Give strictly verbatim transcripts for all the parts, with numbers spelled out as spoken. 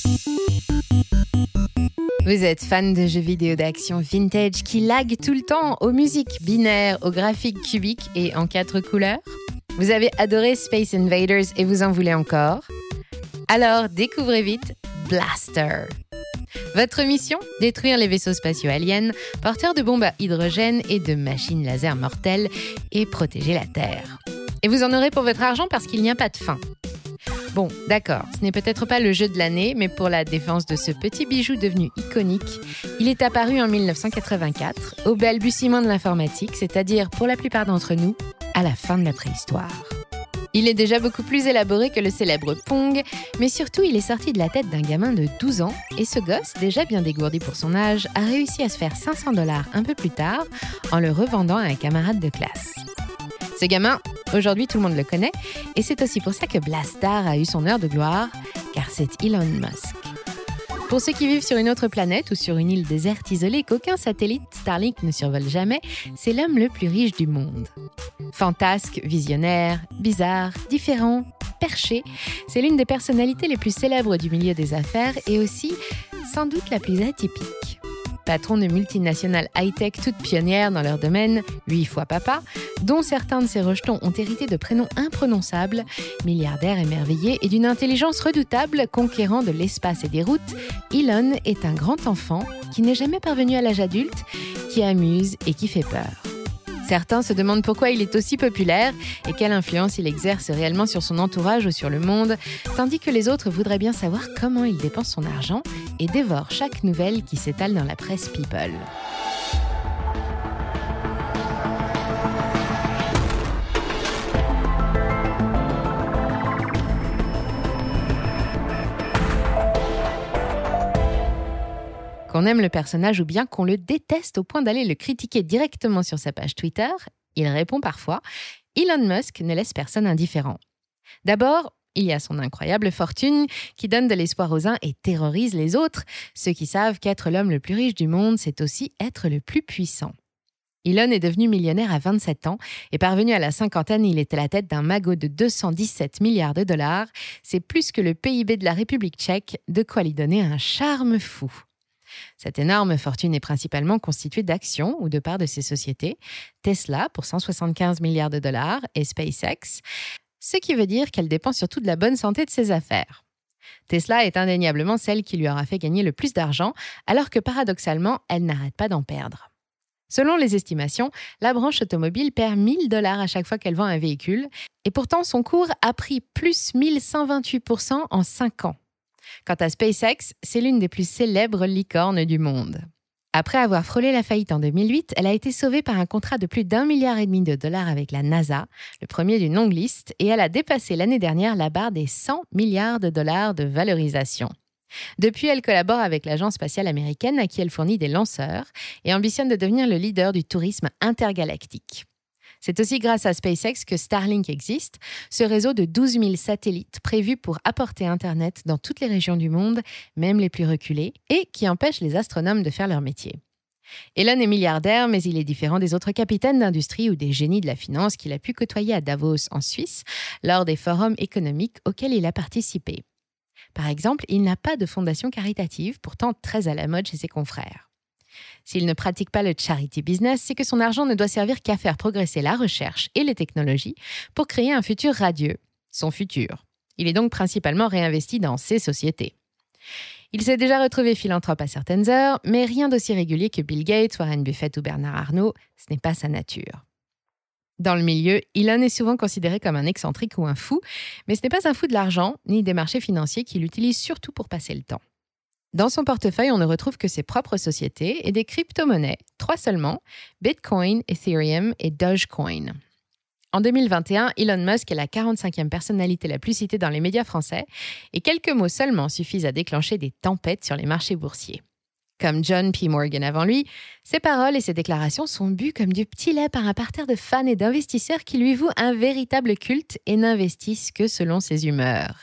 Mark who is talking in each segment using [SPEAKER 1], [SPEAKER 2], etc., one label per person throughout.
[SPEAKER 1] Vous êtes fan de jeux vidéo d'action vintage qui laguent tout le temps, aux musiques binaires, aux graphiques cubiques et en quatre couleurs? Vous avez adoré Space Invaders et vous en voulez encore? Alors découvrez vite Blaster. Votre mission? Détruire les vaisseaux spatiaux aliens, porteurs de bombes à hydrogène et de machines laser mortelles et protéger la Terre. Et vous en aurez pour votre argent parce qu'il n'y a pas de fin. Bon, d'accord, ce n'est peut-être pas le jeu de l'année, mais pour la défense de ce petit bijou devenu iconique, il est apparu en dix-neuf cent quatre-vingt-quatre, au balbutiement de l'informatique, c'est-à-dire, pour la plupart d'entre nous, à la fin de la préhistoire. Il est déjà beaucoup plus élaboré que le célèbre Pong, mais surtout, il est sorti de la tête d'un gamin de douze ans, et ce gosse, déjà bien dégourdi pour son âge, a réussi à se faire cinq cents dollars un peu plus tard, en le revendant à un camarade de classe. Ce gamin, aujourd'hui tout le monde le connaît, et c'est aussi pour ça que Blastar a eu son heure de gloire, car c'est Elon Musk. Pour ceux qui vivent sur une autre planète ou sur une île déserte isolée qu'aucun satellite Starlink ne survole jamais, c'est l'homme le plus riche du monde. Fantasque, visionnaire, bizarre, différent, perché, c'est l'une des personnalités les plus célèbres du milieu des affaires et aussi, sans doute, la plus atypique. Patron de multinationales high-tech toutes pionnières dans leur domaine, huit fois papa, dont certains de ses rejetons ont hérité de prénoms imprononçables, milliardaire émerveillé et d'une intelligence redoutable conquérant de l'espace et des routes, Elon est un grand enfant qui n'est jamais parvenu à l'âge adulte, qui amuse et qui fait peur. Certains se demandent pourquoi il est aussi populaire et quelle influence il exerce réellement sur son entourage ou sur le monde, tandis que les autres voudraient bien savoir comment il dépense son argent et dévore chaque nouvelle qui s'étale dans la presse People. Qu'on aime le personnage ou bien qu'on le déteste au point d'aller le critiquer directement sur sa page Twitter, il répond parfois « Elon Musk ne laisse personne indifférent ». D'abord, il y a son incroyable fortune qui donne de l'espoir aux uns et terrorise les autres, ceux qui savent qu'être l'homme le plus riche du monde, c'est aussi être le plus puissant. Elon est devenu millionnaire à vingt-sept ans et parvenu à la cinquantaine, il est à la tête d'un magot de deux cent dix-sept milliards de dollars. C'est plus que le P I B de la République tchèque, de quoi lui donner un charme fou. Cette énorme fortune est principalement constituée d'actions ou de parts de ses sociétés, Tesla pour cent soixante-quinze milliards de dollars et SpaceX, ce qui veut dire qu'elle dépend surtout de la bonne santé de ses affaires. Tesla est indéniablement celle qui lui aura fait gagner le plus d'argent, alors que paradoxalement, elle n'arrête pas d'en perdre. Selon les estimations, la branche automobile perd mille dollars à chaque fois qu'elle vend un véhicule, et pourtant son cours a pris plus mille cent vingt-huit pour cent en cinq ans. Quant à SpaceX, c'est l'une des plus célèbres licornes du monde. Après avoir frôlé la faillite en deux mille huit, elle a été sauvée par un contrat de plus d'un milliard et demi de dollars avec la NASA, le premier d'une longue liste, et elle a dépassé l'année dernière la barre des cent milliards de dollars de valorisation. Depuis, elle collabore avec l'agence spatiale américaine à qui elle fournit des lanceurs et ambitionne de devenir le leader du tourisme intergalactique. C'est aussi grâce à SpaceX que Starlink existe, ce réseau de douze mille satellites prévu pour apporter Internet dans toutes les régions du monde, même les plus reculées, et qui empêche les astronomes de faire leur métier. Elon est milliardaire, mais il est différent des autres capitaines d'industrie ou des génies de la finance qu'il a pu côtoyer à Davos, en Suisse, lors des forums économiques auxquels il a participé. Par exemple, il n'a pas de fondation caritative, pourtant très à la mode chez ses confrères. S'il ne pratique pas le charity business, c'est que son argent ne doit servir qu'à faire progresser la recherche et les technologies pour créer un futur radieux, son futur. Il est donc principalement réinvesti dans ses sociétés. Il s'est déjà retrouvé philanthrope à certaines heures, mais rien d'aussi régulier que Bill Gates, Warren Buffett ou Bernard Arnault, ce n'est pas sa nature. Dans le milieu, Elon est souvent considéré comme un excentrique ou un fou, mais ce n'est pas un fou de l'argent ni des marchés financiers qu'il utilise surtout pour passer le temps. Dans son portefeuille, on ne retrouve que ses propres sociétés et des crypto-monnaies, trois seulement, Bitcoin, Ethereum et Dogecoin. En deux mille vingt et un, Elon Musk est la quarante-cinquième personnalité la plus citée dans les médias français et quelques mots seulement suffisent à déclencher des tempêtes sur les marchés boursiers. Comme John P. Morgan avant lui, ses paroles et ses déclarations sont bues comme du petit lait par un parterre de fans et d'investisseurs qui lui vouent un véritable culte et n'investissent que selon ses humeurs.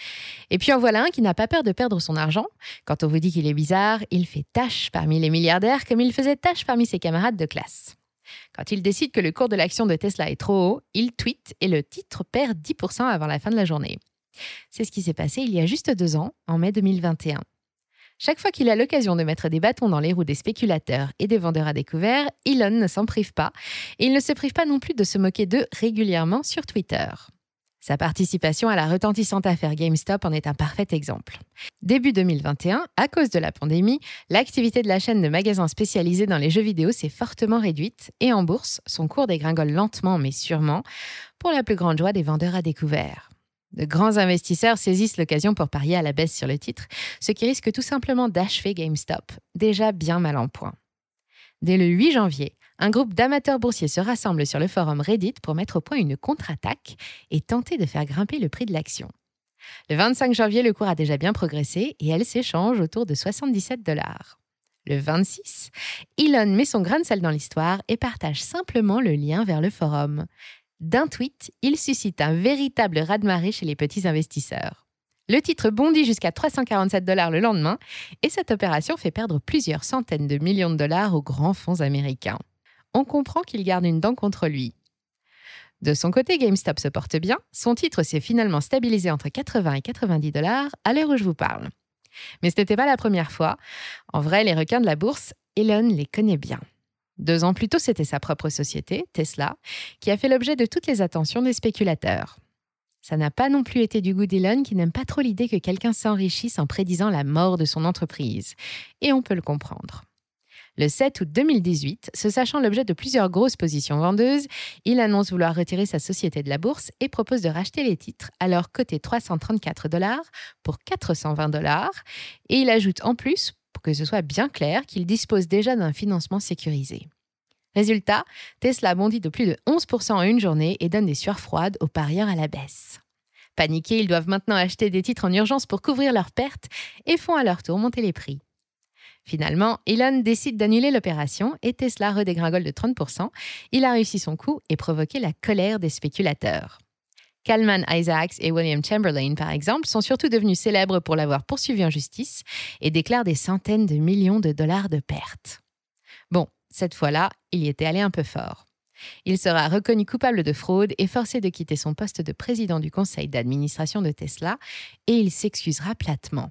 [SPEAKER 1] Et puis en voilà un qui n'a pas peur de perdre son argent. Quand on vous dit qu'il est bizarre, il fait tache parmi les milliardaires comme il faisait tache parmi ses camarades de classe. Quand il décide que le cours de l'action de Tesla est trop haut, il tweet et le titre perd dix pour cent avant la fin de la journée. C'est ce qui s'est passé il y a juste deux ans, en mai deux mille vingt et un. Chaque fois qu'il a l'occasion de mettre des bâtons dans les roues des spéculateurs et des vendeurs à découvert, Elon ne s'en prive pas. Et il ne se prive pas non plus de se moquer d'eux régulièrement sur Twitter. Sa participation à la retentissante affaire GameStop en est un parfait exemple. Début deux mille vingt et un, à cause de la pandémie, l'activité de la chaîne de magasins spécialisés dans les jeux vidéo s'est fortement réduite et en bourse, son cours dégringole lentement mais sûrement, pour la plus grande joie des vendeurs à découvert. De grands investisseurs saisissent l'occasion pour parier à la baisse sur le titre, ce qui risque tout simplement d'achever GameStop, déjà bien mal en point. Dès le huit janvier, un groupe d'amateurs boursiers se rassemble sur le forum Reddit pour mettre au point une contre-attaque et tenter de faire grimper le prix de l'action. Le vingt-cinq janvier, le cours a déjà bien progressé et elle s'échange autour de soixante-dix-sept dollars. Le vingt-six, Elon met son grain de sel dans l'histoire et partage simplement le lien vers le forum. D'un tweet, il suscite un véritable raz-de-marée chez les petits investisseurs. Le titre bondit jusqu'à trois cent quarante-sept dollars le lendemain et cette opération fait perdre plusieurs centaines de millions de dollars aux grands fonds américains. On comprend qu'il garde une dent contre lui. De son côté, GameStop se porte bien. Son titre s'est finalement stabilisé entre quatre-vingts et quatre-vingt-dix dollars à l'heure où je vous parle. Mais ce n'était pas la première fois. En vrai, les requins de la bourse, Elon les connaît bien. Deux ans plus tôt, c'était sa propre société, Tesla, qui a fait l'objet de toutes les attentions des spéculateurs. Ça n'a pas non plus été du goût d'Elon qui n'aime pas trop l'idée que quelqu'un s'enrichisse en prédisant la mort de son entreprise. Et on peut le comprendre. Le sept août deux mille dix-huit, se sachant l'objet de plusieurs grosses positions vendeuses, il annonce vouloir retirer sa société de la bourse et propose de racheter les titres, alors cotés trois cent trente-quatre dollars pour quatre cent vingt dollars. Et il ajoute en plus, pour que ce soit bien clair, qu'il dispose déjà d'un financement sécurisé. Résultat, Tesla bondit de plus de onze pour cent en une journée et donne des sueurs froides aux parieurs à la baisse. Paniqués, ils doivent maintenant acheter des titres en urgence pour couvrir leurs pertes et font à leur tour monter les prix. Finalement, Elon décide d'annuler l'opération et Tesla redégringole de trente pour cent. Il a réussi son coup et provoqué la colère des spéculateurs. Kalman Isaacs et William Chamberlain, par exemple, sont surtout devenus célèbres pour l'avoir poursuivi en justice et déclarent des centaines de millions de dollars de pertes. Bon, cette fois-là, il y était allé un peu fort. Il sera reconnu coupable de fraude et forcé de quitter son poste de président du conseil d'administration de Tesla et il s'excusera platement.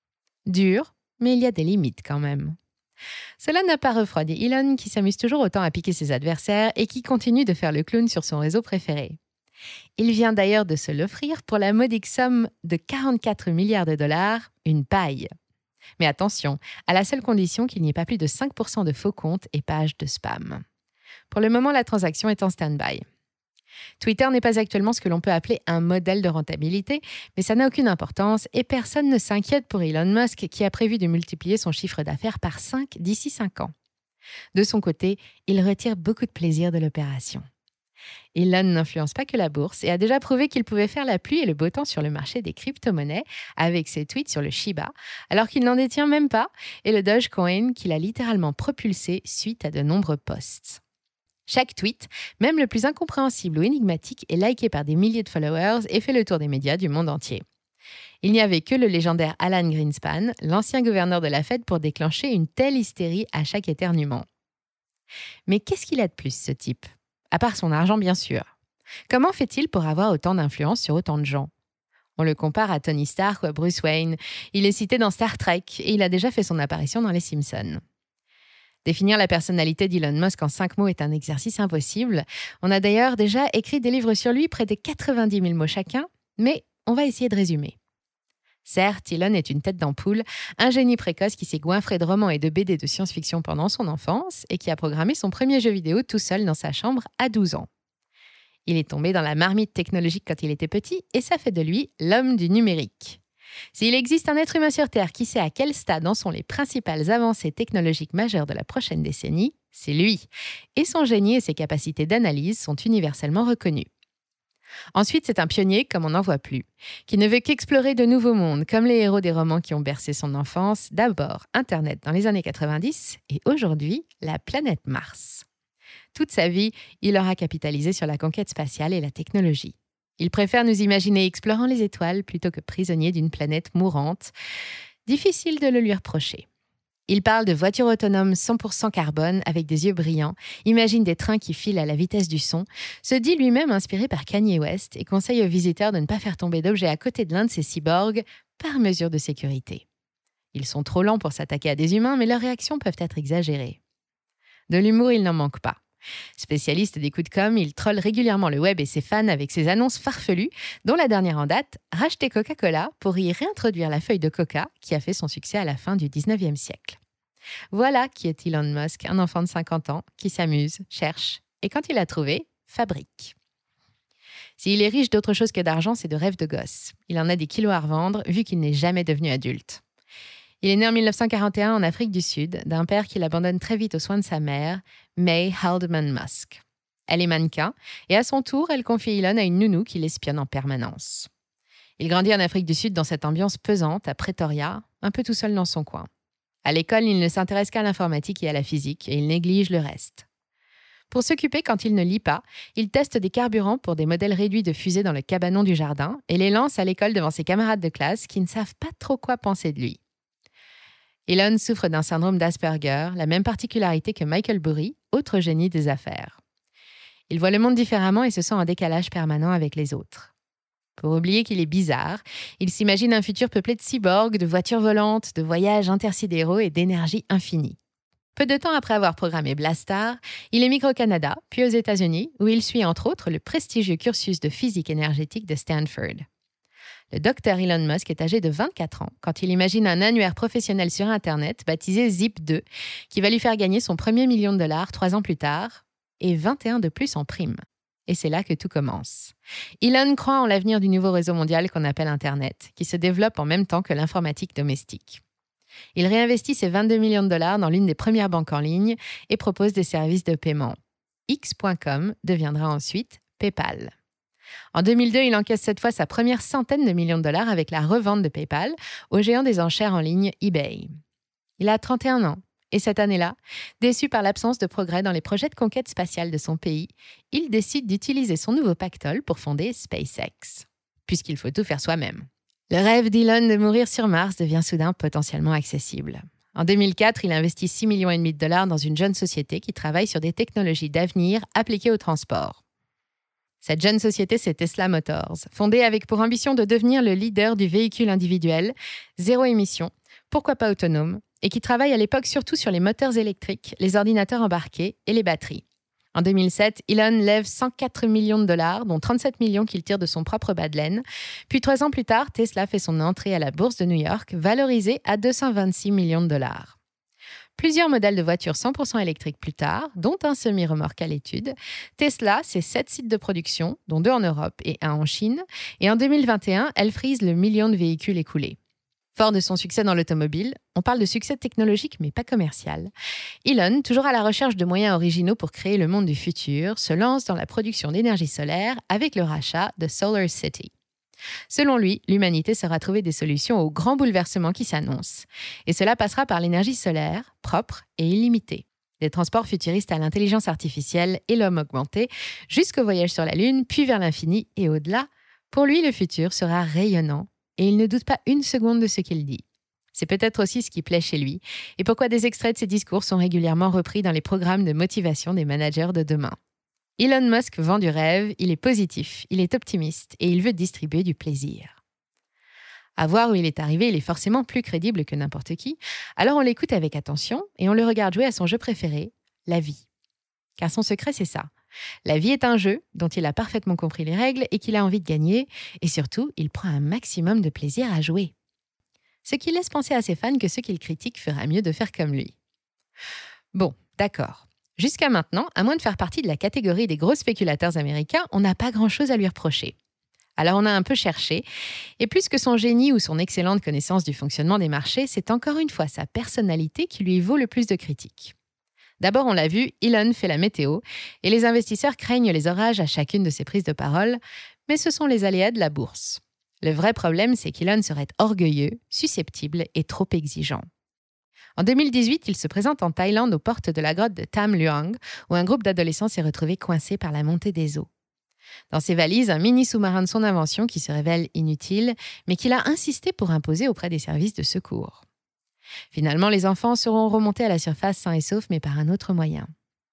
[SPEAKER 1] Dur, mais il y a des limites quand même. Cela n'a pas refroidi Elon qui s'amuse toujours autant à piquer ses adversaires et qui continue de faire le clown sur son réseau préféré. Il vient d'ailleurs de se l'offrir pour la modique somme de quarante-quatre milliards de dollars, une paille. Mais attention, à la seule condition qu'il n'y ait pas plus de cinq pour cent de faux comptes et pages de spam. Pour le moment, la transaction est en stand-by. Twitter n'est pas actuellement ce que l'on peut appeler un modèle de rentabilité, mais ça n'a aucune importance et personne ne s'inquiète pour Elon Musk qui a prévu de multiplier son chiffre d'affaires par cinq d'ici cinq ans. De son côté, il retire beaucoup de plaisir de l'opération. Elon n'influence pas que la bourse et a déjà prouvé qu'il pouvait faire la pluie et le beau temps sur le marché des crypto-monnaies avec ses tweets sur le Shiba, alors qu'il n'en détient même pas, et le Dogecoin qu'il a littéralement propulsé suite à de nombreux posts. Chaque tweet, même le plus incompréhensible ou énigmatique, est liké par des milliers de followers et fait le tour des médias du monde entier. Il n'y avait que le légendaire Alan Greenspan, l'ancien gouverneur de la Fed, pour déclencher une telle hystérie à chaque éternuement. Mais qu'est-ce qu'il a de plus, ce type ? À part son argent, bien sûr. Comment fait-il pour avoir autant d'influence sur autant de gens ? On le compare à Tony Stark ou à Bruce Wayne. Il est cité dans Star Trek et il a déjà fait son apparition dans Les Simpsons. Définir la personnalité d'Elon Musk en cinq mots est un exercice impossible. On a d'ailleurs déjà écrit des livres sur lui, près de quatre-vingt-dix mille mots chacun, mais on va essayer de résumer. Certes, Elon est une tête d'ampoule, un génie précoce qui s'est goinfré de romans et de B D de science-fiction pendant son enfance et qui a programmé son premier jeu vidéo tout seul dans sa chambre à douze ans. Il est tombé dans la marmite technologique quand il était petit et ça fait de lui l'homme du numérique. S'il existe un être humain sur Terre qui sait à quel stade en sont les principales avancées technologiques majeures de la prochaine décennie, c'est lui. Et son génie et ses capacités d'analyse sont universellement reconnus. Ensuite, c'est un pionnier comme on n'en voit plus, qui ne veut qu'explorer de nouveaux mondes, comme les héros des romans qui ont bercé son enfance, d'abord Internet dans les années quatre-vingt-dix et aujourd'hui la planète Mars. Toute sa vie, il aura capitalisé sur la conquête spatiale et la technologie. Il préfère nous imaginer explorant les étoiles plutôt que prisonnier d'une planète mourante. Difficile de le lui reprocher. Il parle de voitures autonomes cent pour cent carbone avec des yeux brillants, imagine des trains qui filent à la vitesse du son, se dit lui-même inspiré par Kanye West et conseille aux visiteurs de ne pas faire tomber d'objets à côté de l'un de ses cyborgs par mesure de sécurité. Ils sont trop lents pour s'attaquer à des humains, mais leurs réactions peuvent être exagérées. De l'humour, il n'en manque pas. Spécialiste des coups de com', il troll régulièrement le web et ses fans avec ses annonces farfelues, dont la dernière en date, racheter Coca-Cola pour y réintroduire la feuille de coca qui a fait son succès à la fin du dix-neuvième siècle. Voilà qui est Elon Musk, un enfant de cinquante ans qui s'amuse, cherche et quand il a trouvé, fabrique. S'il est riche d'autre chose que d'argent, c'est de rêves de gosse. Il en a des kilos à revendre vu qu'il n'est jamais devenu adulte. Il est né en dix-neuf cent quarante et un en Afrique du Sud, d'un père qui l'abandonne très vite aux soins de sa mère, May Haldeman Musk. Elle est mannequin, et à son tour, elle confie Elon à une nounou qui l'espionne en permanence. Il grandit en Afrique du Sud dans cette ambiance pesante, à Pretoria, un peu tout seul dans son coin. À l'école, il ne s'intéresse qu'à l'informatique et à la physique, et il néglige le reste. Pour s'occuper quand il ne lit pas, il teste des carburants pour des modèles réduits de fusées dans le cabanon du jardin, et les lance à l'école devant ses camarades de classe qui ne savent pas trop quoi penser de lui. Elon souffre d'un syndrome d'Asperger, la même particularité que Michael Burry, autre génie des affaires. Il voit le monde différemment et se sent en décalage permanent avec les autres. Pour oublier qu'il est bizarre, il s'imagine un futur peuplé de cyborgs, de voitures volantes, de voyages intersidéraux et d'énergie infinie. Peu de temps après avoir programmé Blastar, il émigre au Canada, puis aux États-Unis, où il suit entre autres le prestigieux cursus de physique énergétique de Stanford. Le docteur Elon Musk est âgé de vingt-quatre ans quand il imagine un annuaire professionnel sur Internet baptisé Zip deux qui va lui faire gagner son premier million de dollars trois ans plus tard et vingt et un de plus en prime. Et c'est là que tout commence. Elon croit en l'avenir du nouveau réseau mondial qu'on appelle Internet, qui se développe en même temps que l'informatique domestique. Il réinvestit ses vingt-deux millions de dollars dans l'une des premières banques en ligne et propose des services de paiement. X point com deviendra ensuite PayPal. En deux mille deux, il encaisse cette fois sa première centaine de millions de dollars avec la revente de PayPal au géant des enchères en ligne eBay. Il a trente et un ans et cette année-là, déçu par l'absence de progrès dans les projets de conquête spatiale de son pays, il décide d'utiliser son nouveau pactole pour fonder SpaceX, puisqu'il faut tout faire soi-même. Le rêve d'Elon de mourir sur Mars devient soudain potentiellement accessible. En deux mille quatre, il investit six virgule cinq millions de dollars dans une jeune société qui travaille sur des technologies d'avenir appliquées au transport. Cette jeune société, c'est Tesla Motors, fondée avec pour ambition de devenir le leader du véhicule individuel, zéro émission, pourquoi pas autonome, et qui travaille à l'époque surtout sur les moteurs électriques, les ordinateurs embarqués et les batteries. En deux mille sept, Elon lève cent quatre millions de dollars, dont trente-sept millions qu'il tire de son propre bas de laine. Puis trois ans plus tard, Tesla fait son entrée à la bourse de New York, valorisée à deux cent vingt-six millions de dollars. Plusieurs modèles de voitures cent pour cent électriques plus tard, dont un semi-remorque à l'étude, Tesla, c'est sept sites de production, dont deux en Europe et un en Chine. Et en deux mille vingt et un, elle frise le million de véhicules écoulés. Fort de son succès dans l'automobile, on parle de succès technologique mais pas commercial. Elon, toujours à la recherche de moyens originaux pour créer le monde du futur, se lance dans la production d'énergie solaire avec le rachat de Solar City. Selon lui, l'humanité saura trouver des solutions aux grands bouleversements qui s'annoncent. Et cela passera par l'énergie solaire, propre et illimitée. Des transports futuristes à l'intelligence artificielle et l'homme augmenté, jusqu'au voyage sur la Lune, puis vers l'infini et au-delà. Pour lui, le futur sera rayonnant et il ne doute pas une seconde de ce qu'il dit. C'est peut-être aussi ce qui plaît chez lui et pourquoi des extraits de ses discours sont régulièrement repris dans les programmes de motivation des managers de demain. Elon Musk vend du rêve, il est positif, il est optimiste et il veut distribuer du plaisir. À voir où il est arrivé, il est forcément plus crédible que n'importe qui, alors on l'écoute avec attention et on le regarde jouer à son jeu préféré, la vie. Car son secret, c'est ça. La vie est un jeu dont il a parfaitement compris les règles et qu'il a envie de gagner, et surtout, il prend un maximum de plaisir à jouer. Ce qui laisse penser à ses fans que ceux qu'il critique feraient mieux de faire comme lui. Bon, d'accord. Jusqu'à maintenant, à moins de faire partie de la catégorie des gros spéculateurs américains, on n'a pas grand-chose à lui reprocher. Alors on a un peu cherché, et plus que son génie ou son excellente connaissance du fonctionnement des marchés, c'est encore une fois sa personnalité qui lui vaut le plus de critiques. D'abord, on l'a vu, Elon fait la météo, et les investisseurs craignent les orages à chacune de ses prises de parole, mais ce sont les aléas de la bourse. Le vrai problème, c'est qu'Elon serait orgueilleux, susceptible et trop exigeant. En deux mille dix-huit, il se présente en Thaïlande aux portes de la grotte de Tham Luang, où un groupe d'adolescents s'est retrouvé coincé par la montée des eaux. Dans ses valises, un mini sous-marin de son invention qui se révèle inutile, mais qu'il a insisté pour imposer auprès des services de secours. Finalement, les enfants seront remontés à la surface sains et saufs, mais par un autre moyen.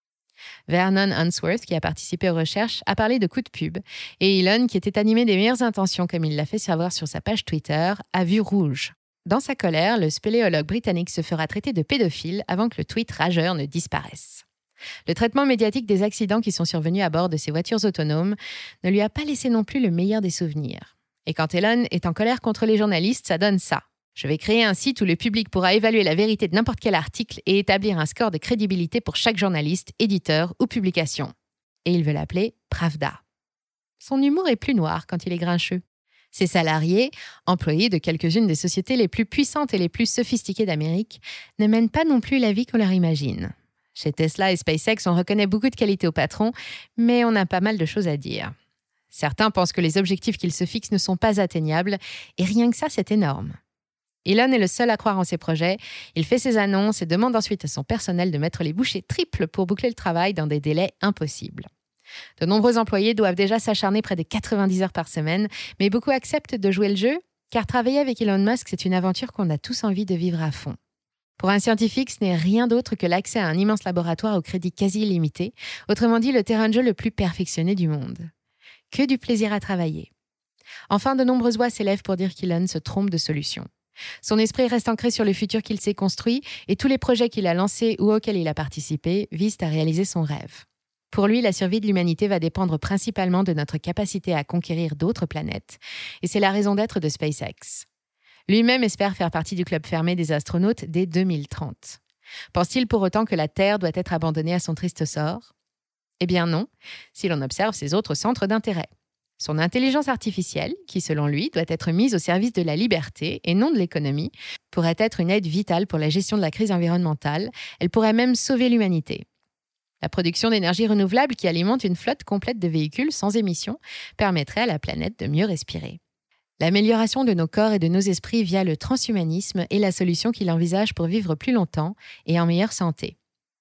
[SPEAKER 1] Vernon Unsworth, qui a participé aux recherches, a parlé de coups de pub, et Elon, qui était animé des meilleures intentions, comme il l'a fait savoir sur sa page Twitter, a vu rouge. Dans sa colère, le spéléologue britannique se fera traiter de pédophile avant que le tweet rageur ne disparaisse. Le traitement médiatique des accidents qui sont survenus à bord de ces voitures autonomes ne lui a pas laissé non plus le meilleur des souvenirs. Et quand Elon est en colère contre les journalistes, ça donne ça. Je vais créer un site où le public pourra évaluer la vérité de n'importe quel article et établir un score de crédibilité pour chaque journaliste, éditeur ou publication. Et il veut l'appeler Pravda. Son humour est plus noir quand il est grincheux. Ses salariés, employés de quelques-unes des sociétés les plus puissantes et les plus sophistiquées d'Amérique, ne mènent pas non plus la vie qu'on leur imagine. Chez Tesla et SpaceX, on reconnaît beaucoup de qualités au patron, mais on a pas mal de choses à dire. Certains pensent que les objectifs qu'ils se fixent ne sont pas atteignables, et rien que ça, c'est énorme. Elon est le seul à croire en ses projets, il fait ses annonces et demande ensuite à son personnel de mettre les bouchées triples pour boucler le travail dans des délais impossibles. De nombreux employés doivent déjà s'acharner près de quatre-vingt-dix heures par semaine, mais beaucoup acceptent de jouer le jeu, car travailler avec Elon Musk, c'est une aventure qu'on a tous envie de vivre à fond. Pour un scientifique, ce n'est rien d'autre que l'accès à un immense laboratoire au crédit quasi illimité, autrement dit le terrain de jeu le plus perfectionné du monde. Que du plaisir à travailler. Enfin, de nombreuses voix s'élèvent pour dire qu'Elon se trompe de solution. Son esprit reste ancré sur le futur qu'il s'est construit et tous les projets qu'il a lancés ou auxquels il a participé visent à réaliser son rêve. Pour lui, la survie de l'humanité va dépendre principalement de notre capacité à conquérir d'autres planètes, et c'est la raison d'être de SpaceX. Lui-même espère faire partie du club fermé des astronautes dès deux mille trente. Pense-t-il pour autant que la Terre doit être abandonnée à son triste sort ? Eh bien non, si l'on observe ses autres centres d'intérêt. Son intelligence artificielle, qui selon lui doit être mise au service de la liberté et non de l'économie, pourrait être une aide vitale pour la gestion de la crise environnementale. Elle pourrait même sauver l'humanité. La production d'énergie renouvelable qui alimente une flotte complète de véhicules sans émissions permettrait à la planète de mieux respirer. L'amélioration de nos corps et de nos esprits via le transhumanisme est la solution qu'il envisage pour vivre plus longtemps et en meilleure santé.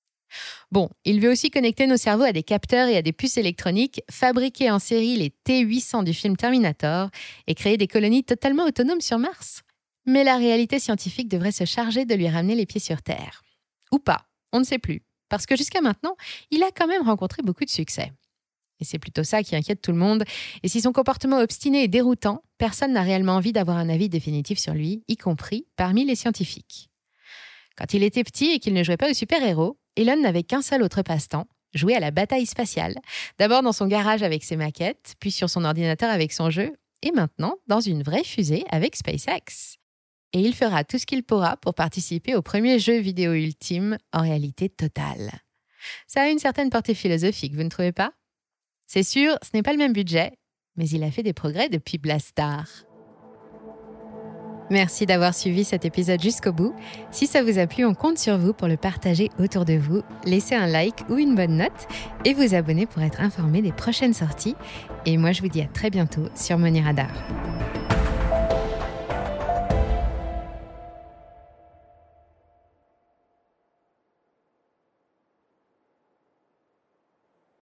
[SPEAKER 1] Bon, il veut aussi connecter nos cerveaux à des capteurs et à des puces électroniques, fabriquer en série les T huit cents du film Terminator et créer des colonies totalement autonomes sur Mars. Mais la réalité scientifique devrait se charger de lui ramener les pieds sur Terre. Ou pas, on ne sait plus. Parce que jusqu'à maintenant, il a quand même rencontré beaucoup de succès. Et c'est plutôt ça qui inquiète tout le monde. Et si son comportement obstiné est déroutant, personne n'a réellement envie d'avoir un avis définitif sur lui, y compris parmi les scientifiques. Quand il était petit et qu'il ne jouait pas aux super-héros, Elon n'avait qu'un seul autre passe-temps, jouer à la bataille spatiale. D'abord dans son garage avec ses maquettes, puis sur son ordinateur avec son jeu, et maintenant dans une vraie fusée avec SpaceX. Et il fera tout ce qu'il pourra pour participer au premier jeu vidéo ultime en réalité totale. Ça a une certaine portée philosophique, vous ne trouvez pas ? C'est sûr, ce n'est pas le même budget, mais il a fait des progrès depuis Blastar. Merci d'avoir suivi cet épisode jusqu'au bout. Si ça vous a plu, on compte sur vous pour le partager autour de vous, laisser un like ou une bonne note et vous abonner pour être informé des prochaines sorties. Et moi, je vous dis à très bientôt sur Money Radar.